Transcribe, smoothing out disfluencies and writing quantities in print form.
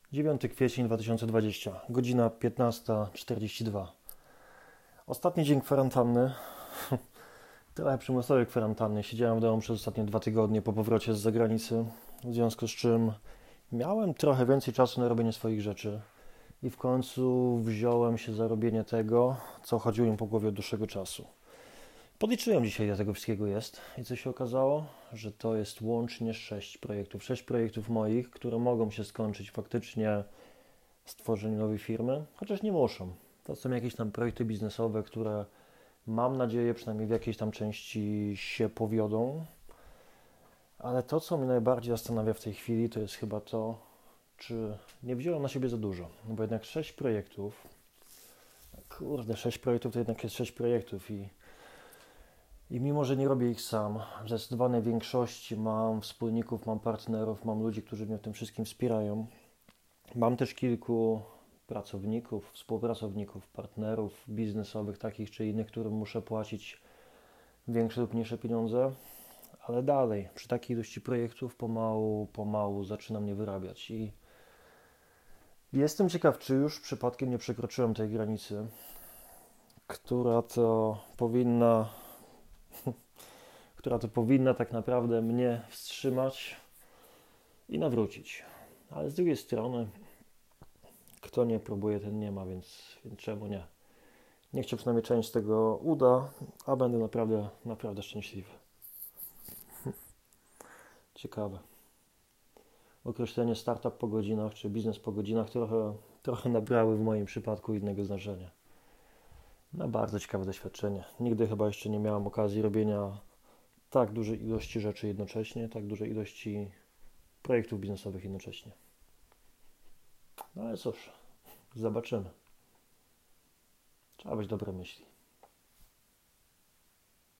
9 kwiecień 2020, godzina 15:42. Ostatni dzień kwarantanny, trochę przymusowej kwarantanny. Siedziałem w domu przez ostatnie 2 tygodnie po powrocie z zagranicy, w związku z czym miałem trochę więcej czasu na robienie swoich rzeczy i w końcu wziąłem się za robienie tego, co chodziło mi po głowie od dłuższego czasu. Podliczyłem dzisiaj, ile tego wszystkiego jest i co się okazało? Że to jest łącznie 6 projektów. 6 projektów moich, które mogą się skończyć faktycznie stworzeniem nowej firmy, chociaż nie muszą. To są jakieś tam projekty biznesowe, które mam nadzieję przynajmniej w jakiejś tam części się powiodą. Ale to, co mnie najbardziej zastanawia w tej chwili, to jest chyba to, czy nie wziąłem na siebie za dużo. No bo jednak 6 projektów, kurde, 6 projektów to jednak jest 6 projektów i mimo, że nie robię ich sam, w zdecydowanej większości mam wspólników, mam partnerów, mam ludzi, którzy mnie w tym wszystkim wspierają. Mam też kilku pracowników, współpracowników, partnerów biznesowych, takich czy innych, którym muszę płacić większe lub mniejsze pieniądze, ale dalej, przy takiej ilości projektów pomału zaczyna mnie wyrabiać i jestem ciekaw, czy już przypadkiem nie przekroczyłem tej granicy, która to powinna, która to powinna tak naprawdę mnie wstrzymać i nawrócić. Ale z drugiej strony, kto nie próbuje, ten nie ma, więc czemu nie? Niech się przynajmniej część z tego uda, a będę naprawdę szczęśliwy. Ciekawe. Określenie startup po godzinach, czy biznes po godzinach trochę nabrały w moim przypadku innego znaczenia. No bardzo ciekawe doświadczenie. Nigdy chyba jeszcze nie miałem okazji robienia tak dużej ilości rzeczy jednocześnie, tak dużej ilości projektów biznesowych jednocześnie. No ale cóż, zobaczymy. Trzeba być dobre myśli.